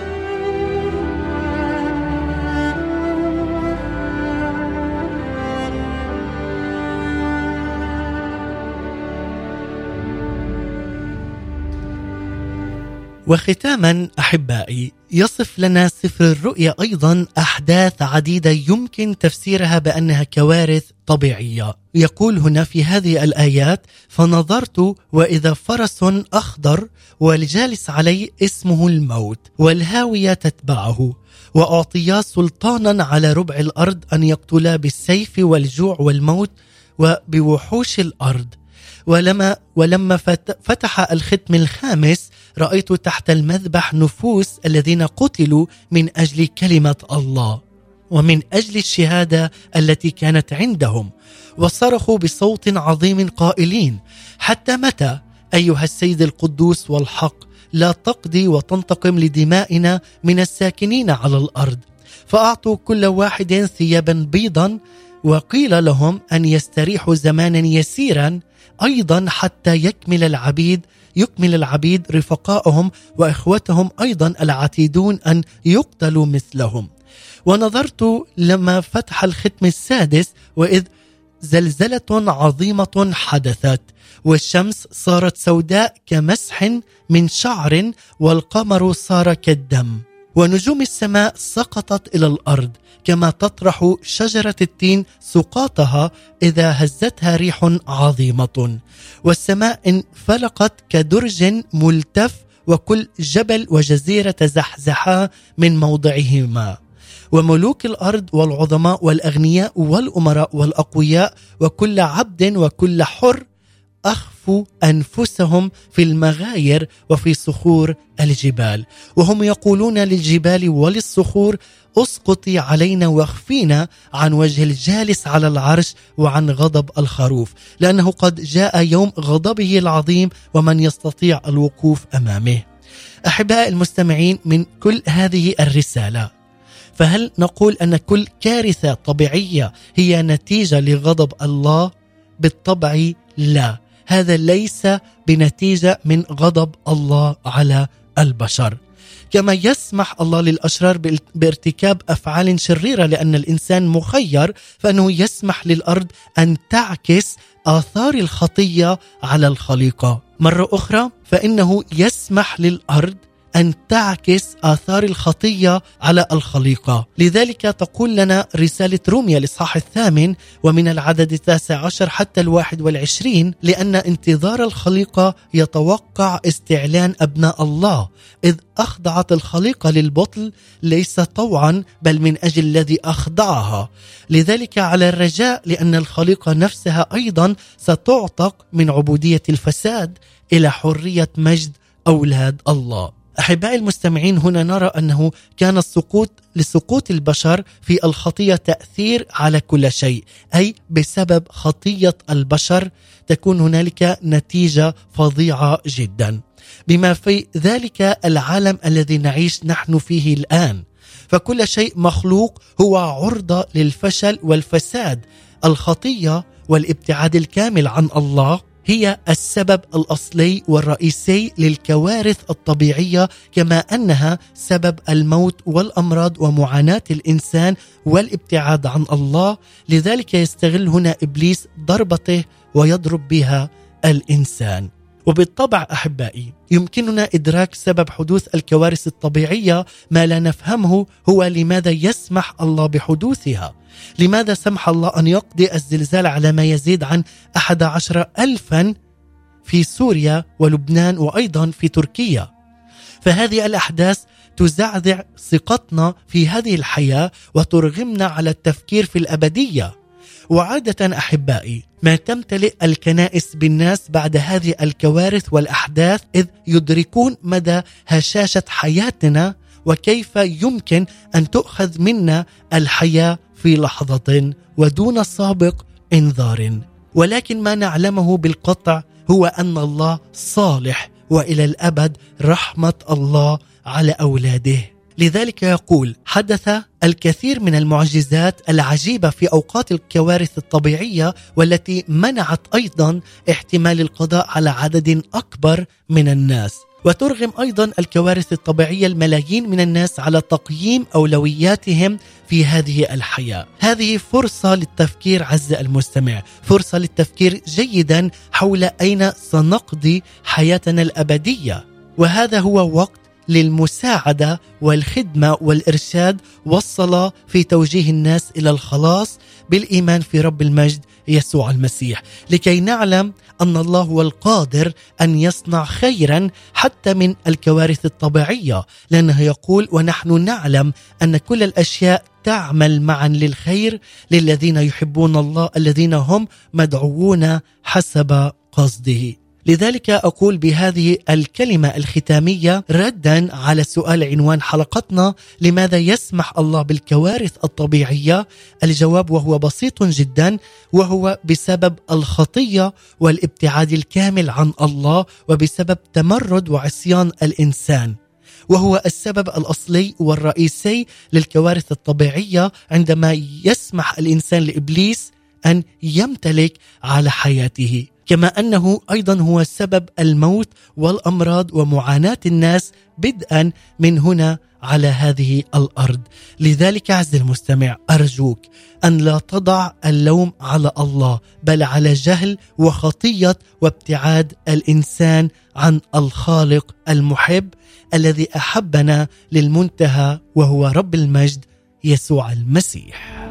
وختاما أحبائي، يصف لنا سفر الرؤيا أيضا أحداث عديدة يمكن تفسيرها بأنها كوارث طبيعية. يقول هنا في هذه الآيات: فنظرت وإذا فرس أخضر والجالس عليه اسمه الموت والهاوية تتبعه، وأعطيا سلطانا على ربع الأرض أن يقتلا بالسيف والجوع والموت وبوحوش الأرض. ولما فتح الختم الخامس رأيت تحت المذبح نفوس الذين قتلوا من أجل كلمة الله ومن أجل الشهادة التي كانت عندهم، وصرخوا بصوت عظيم قائلين: حتى متى أيها السيد القدوس والحق لا تقضي وتنتقم لدمائنا من الساكنين على الأرض؟ فأعطوا كل واحد ثيابا بيضا، وقيل لهم أن يستريحوا زمانا يسيرا أيضا حتى يكمل العبيد رفقائهم وإخوتهم أيضا العتيدون أن يقتلوا مثلهم. ونظرت لما فتح الختم السادس وإذ زلزلة عظيمة حدثت، والشمس صارت سوداء كمسح من شعر، والقمر صار كالدم، ونجوم السماء سقطت إلى الأرض كما تطرح شجرة التين سقاطها إذا هزتها ريح عظيمة، والسماء انفلقت كدرج ملتف، وكل جبل وجزيرة تزحزحا من موضعهما، وملوك الأرض والعظماء والأغنياء والأمراء والأقوياء وكل عبد وكل حر أخفوا أنفسهم في المغاير وفي صخور الجبال، وهم يقولون للجبال وللصخور أسقطي علينا واخفينا عن وجه الجالس على العرش وعن غضب الخروف، لأنه قد جاء يوم غضبه العظيم ومن يستطيع الوقوف أمامه. أحباء المستمعين، من كل هذه الرسالة فهل نقول أن كل كارثة طبيعية هي نتيجة لغضب الله؟ بالطبع لا، هذا ليس بنتيجة من غضب الله على البشر. كما يسمح الله للأشرار بارتكاب أفعال شريرة لأن الإنسان مخير، فإنه يسمح للأرض أن تعكس آثار الخطية على الخليقة. مرة أخرى فإنه يسمح للأرض أن تعكس آثار الخطية على الخليقة. لذلك تقول لنا رسالة روميا الإصحاح 8 ومن العدد 19 حتى 21: لأن انتظار الخليقة يتوقع استعلان أبناء الله، إذ أخضعت الخليقة للبطل ليس طوعا بل من أجل الذي أخضعها. لذلك على الرجاء، لأن الخليقة نفسها أيضا ستعتق من عبودية الفساد إلى حرية مجد أولاد الله. أحبائي المستمعين، هنا نرى أنه كان لسقوط البشر في الخطية تأثير على كل شيء، أي بسبب خطية البشر تكون هنالك نتيجة فظيعة جدا، بما في ذلك العالم الذي نعيش نحن فيه الآن. فكل شيء مخلوق هو عرضة للفشل والفساد. الخطية والابتعاد الكامل عن الله هي السبب الأصلي والرئيسي للكوارث الطبيعية، كما أنها سبب الموت والأمراض ومعاناة الإنسان والابتعاد عن الله. لذلك يستغل هنا إبليس ضربته ويضرب بها الإنسان. وبالطبع أحبائي، يمكننا إدراك سبب حدوث الكوارث الطبيعية. ما لا نفهمه هو لماذا يسمح الله بحدوثها. لماذا سمح الله أن يقضي الزلزال على ما يزيد عن 11,000 في سوريا ولبنان وأيضا في تركيا؟ فهذه الأحداث تزعزع ثقتنا في هذه الحياة وترغمنا على التفكير في الأبدية. وعادة أحبائي ما تمتلئ الكنائس بالناس بعد هذه الكوارث والأحداث، إذ يدركون مدى هشاشة حياتنا وكيف يمكن أن تؤخذ منا الحياة في لحظة ودون سابق إنذار. ولكن ما نعلمه بالقطع هو أن الله صالح، وإلى الأبد رحمة الله على أولاده. لذلك يقول: حدث الكثير من المعجزات العجيبة في أوقات الكوارث الطبيعية، والتي منعت أيضا احتمال القضاء على عدد أكبر من الناس. وترغم أيضا الكوارث الطبيعية الملايين من الناس على تقييم أولوياتهم في هذه الحياة. هذه فرصة للتفكير عز المستمع، فرصة للتفكير جيدا حول أين سنقضي حياتنا الأبدية. وهذا هو وقت للمساعدة والخدمة والإرشاد والصلاة في توجيه الناس إلى الخلاص بالإيمان في رب المجد يسوع المسيح، لكي نعلم أن الله هو القادر أن يصنع خيرا حتى من الكوارث الطبيعية، لأنه يقول: ونحن نعلم أن كل الأشياء تعمل معا للخير للذين يحبون الله الذين هم مدعوون حسب قصده. لذلك أقول بهذه الكلمة الختامية ردا على سؤال عنوان حلقتنا: لماذا يسمح الله بالكوارث الطبيعية؟ الجواب وهو بسيط جدا، وهو بسبب الخطية والابتعاد الكامل عن الله، وبسبب تمرد وعصيان الإنسان. وهو السبب الأصلي والرئيسي للكوارث الطبيعية عندما يسمح الإنسان لإبليس أن يمتلك على حياته، كما أنه أيضا هو سبب الموت والأمراض ومعاناة الناس بدءا من هنا على هذه الأرض. لذلك عز المستمع، أرجوك أن لا تضع اللوم على الله، بل على جهل وخطية وابتعاد الإنسان عن الخالق المحب الذي أحبنا للمنتهى، وهو رب المجد يسوع المسيح.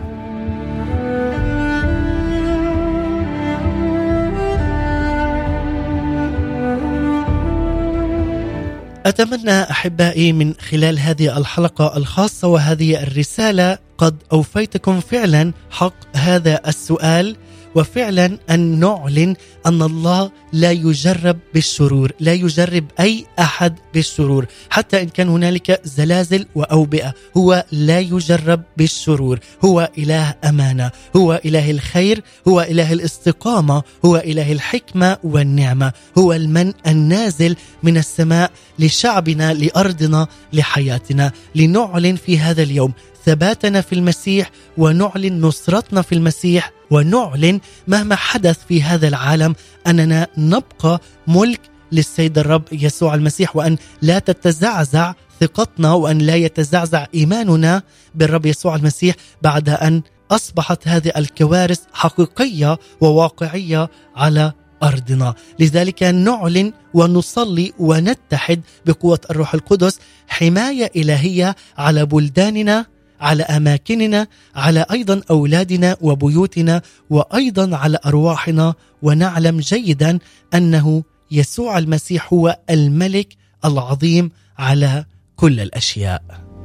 أتمنى أحبائي من خلال هذه الحلقة الخاصة وهذه الرسالة قد أوفيتكم فعلا حق هذا السؤال، وفعلا أن نعلن أن الله لا يجرب بالشرور، لا يجرب أي أحد بالشرور، حتى إن كان هنالك زلازل وأوبئة هو لا يجرب بالشرور. هو إله أمانة، هو إله الخير، هو إله الاستقامة، هو إله الحكمة والنعمة، هو المن النازل من السماء لشعبنا، لأرضنا، لحياتنا، لنعلن في هذا اليوم ثباتنا في المسيح، ونعلن نصرتنا في المسيح، ونعلن مهما حدث في هذا العالم أننا نبقى ملك للسيد الرب يسوع المسيح، وأن لا تتزعزع ثقتنا، وأن لا يتزعزع إيماننا بالرب يسوع المسيح بعد أن أصبحت هذه الكوارث حقيقية وواقعية على أرضنا. لذلك نعلن ونصلي ونتحد بقوة الروح القدس حماية إلهية على بلداننا، على أماكننا، على أيضا أولادنا وبيوتنا، وأيضا على أرواحنا. ونعلم جيدا أنه يسوع المسيح هو الملك العظيم على كل الأشياء.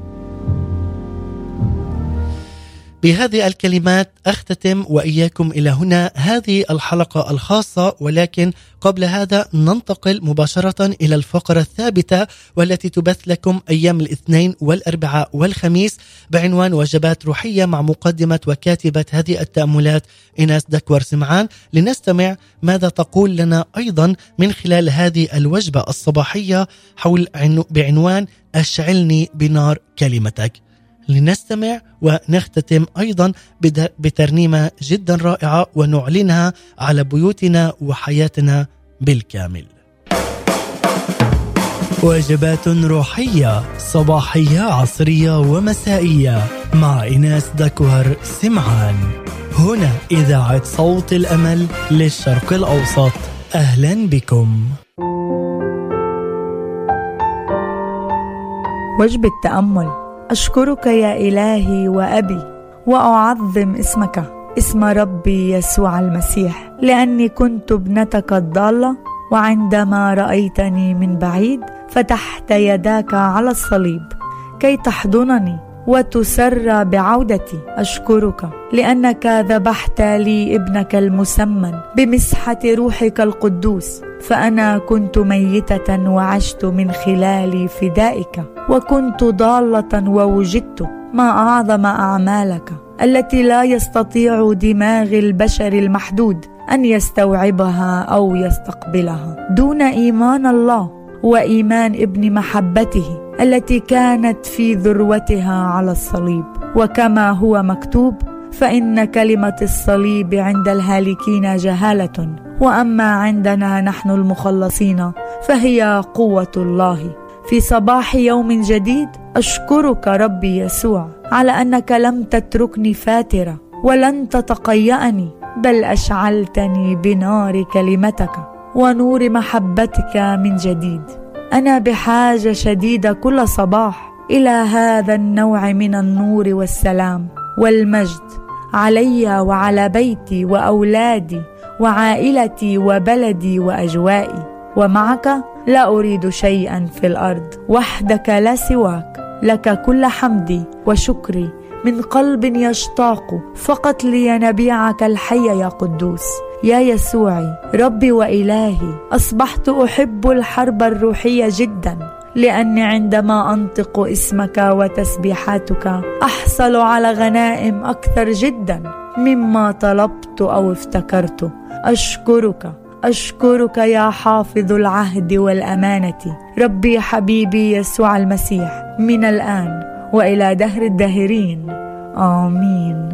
بهذه الكلمات أختتم وإياكم إلى هنا هذه الحلقة الخاصة، ولكن قبل هذا ننتقل مباشرة إلى الفقرة الثابتة والتي تبث لكم أيام الاثنين والأربعاء والخميس بعنوان وجبات روحية، مع مقدمة وكاتبة هذه التأملات إيناس دكور سمعان، لنستمع ماذا تقول لنا أيضا من خلال هذه الوجبة الصباحية حول بعنوان أشعلني بنار كلمتك. لنستمع ونختتم أيضا بترنيمة جدا رائعة ونعلنها على بيوتنا وحياتنا بالكامل. وجبات روحية صباحية عصرية ومسائية مع إيناس دكور سمعان، هنا إذاعة صوت الأمل للشرق الأوسط. أهلا بكم. وجبة تأمل. أشكرك يا إلهي وأبي وأعظم اسمك، اسم ربي يسوع المسيح، لأني كنت ابنتك الضالة، وعندما رأيتني من بعيد فتحت يداك على الصليب كي تحضنني وتسر بعودتي. أشكرك لأنك ذبحت لي ابنك المسمن بمسحة روحك القدوس، فأنا كنت ميتة وعشت من خلال فدائك، وكنت ضالة ووجدت. ما أعظم أعمالك التي لا يستطيع دماغ البشر المحدود أن يستوعبها أو يستقبلها دون إيمان الله وإيمان ابن محبته التي كانت في ذروتها على الصليب. وكما هو مكتوب: فإن كلمة الصليب عند الهالكين جهالة، وأما عندنا نحن المخلصين فهي قوة الله. في صباح يوم جديد أشكرك ربي يسوع على أنك لم تتركني فاترة ولن تتقيأني، بل أشعلتني بنار كلمتك ونور محبتك من جديد. أنا بحاجة شديدة كل صباح إلى هذا النوع من النور والسلام والمجد علي وعلى بيتي وأولادي وعائلتي وبلدي وأجوائي. ومعك لا أريد شيئا في الأرض، وحدك لا سواك. لك كل حمدي وشكري من قلب يشتاق فقط لينبيعك الحي يا قدوس. يا يسوعي ربي وإلهي، أصبحت أحب الحرب الروحية جدا، لأني عندما أنطق اسمك وتسبيحاتك أحصل على غنائم أكثر جدا مما طلبت أو افتكرت. أشكرك يا حافظ العهد والأمانة، ربي حبيبي يسوع المسيح، من الآن وإلى دهر الداهرين. آمين.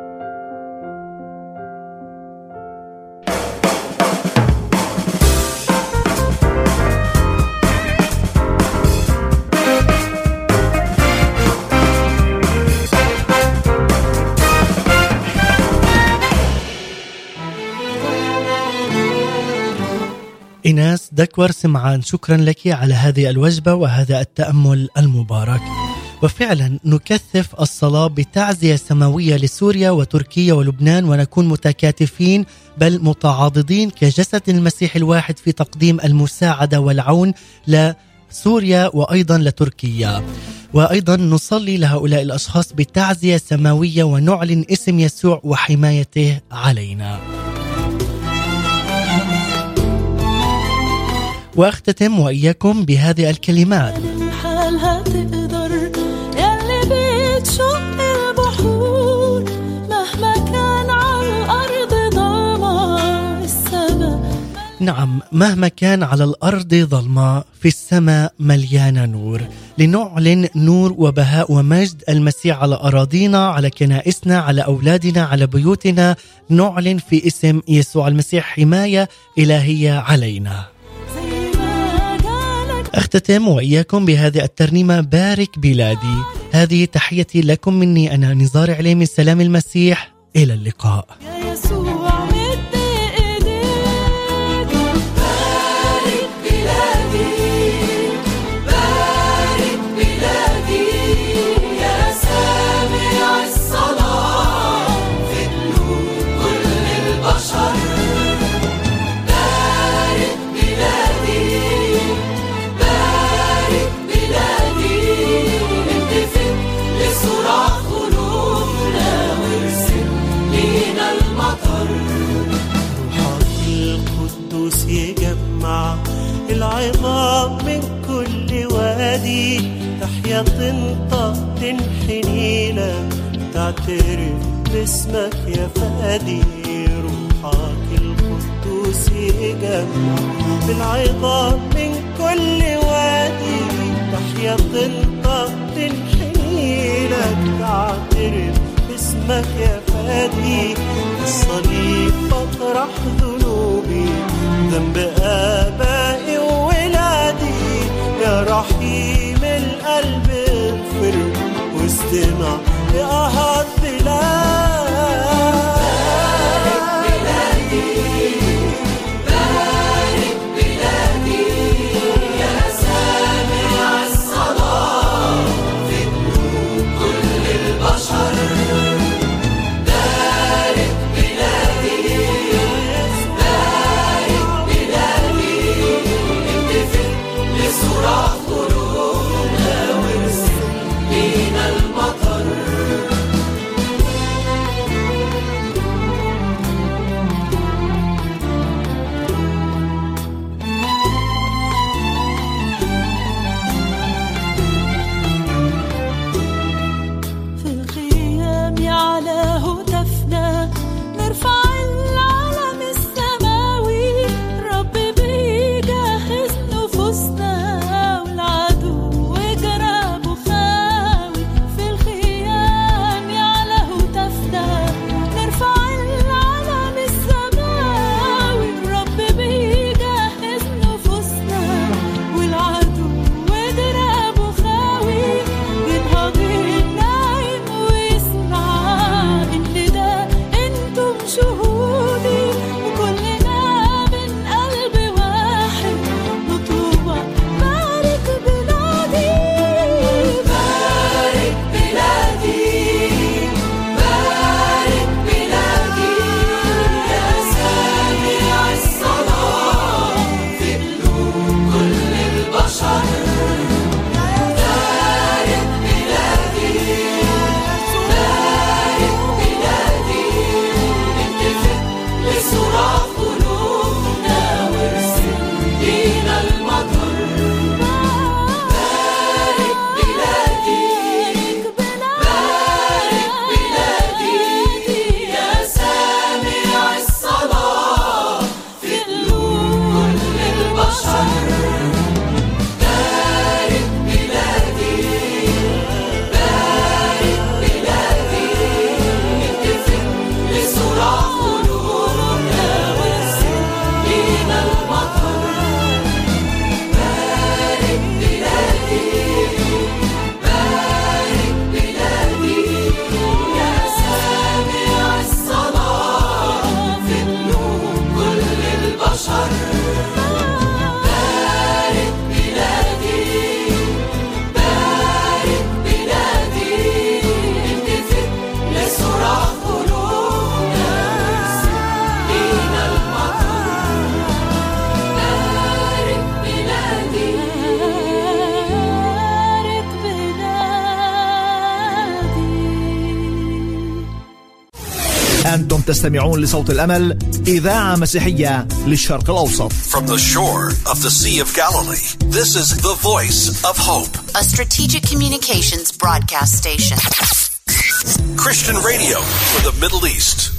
إيناس دكور سمعان، شكرا لك على هذه الوجبة وهذا التأمل المبارك. وفعلا نكثف الصلاة بتعزية سماوية لسوريا وتركيا ولبنان، ونكون متكاتفين بل متعاضدين كجسد المسيح الواحد في تقديم المساعدة والعون لسوريا وأيضا لتركيا. وأيضا نصلي لهؤلاء الأشخاص بتعزية سماوية ونعلن اسم يسوع وحمايته علينا. وأختتم وإياكم بهذه الكلمات: حالها تقدر يلي بتشق البحور، مهما كان على الأرض ظلمة السماء. نعم، مهما كان على الأرض ظلمة في السماء مليانة نور. لنعلن نور وبهاء ومجد المسيح على أراضينا، على كنائسنا، على أولادنا، على بيوتنا. نعلن في اسم يسوع المسيح حماية إلهية علينا. أختتم وإياكم بهذه الترنيمة: بارك بلادي. هذه تحيتي لكم مني أنا نزار عليمي. سلام المسيح، إلى اللقاء. العظام من كل وادي، تحيا تنطق تنحني لك، تعترف باسمك يا فادي. روحك القدوس يجمع العظام من كل وادي، تحيا تنطق تنحني لك، تعترف باسمك يا فادي. الصليب بطرح ذنوبي، ذنب آبائي وولادي، يا رحيم القلب اغفر واستمع لآهات بلادي. بارك بلادي يا سامع الصلاة في قلوب كل البشر. تستمعون لصوت الأمل، إذاعة مسيحية للشرق الأوسط. From the shore of the Sea of Galilee, this is the Voice of Hope, a strategic communications broadcast station. Christian radio for the Middle East.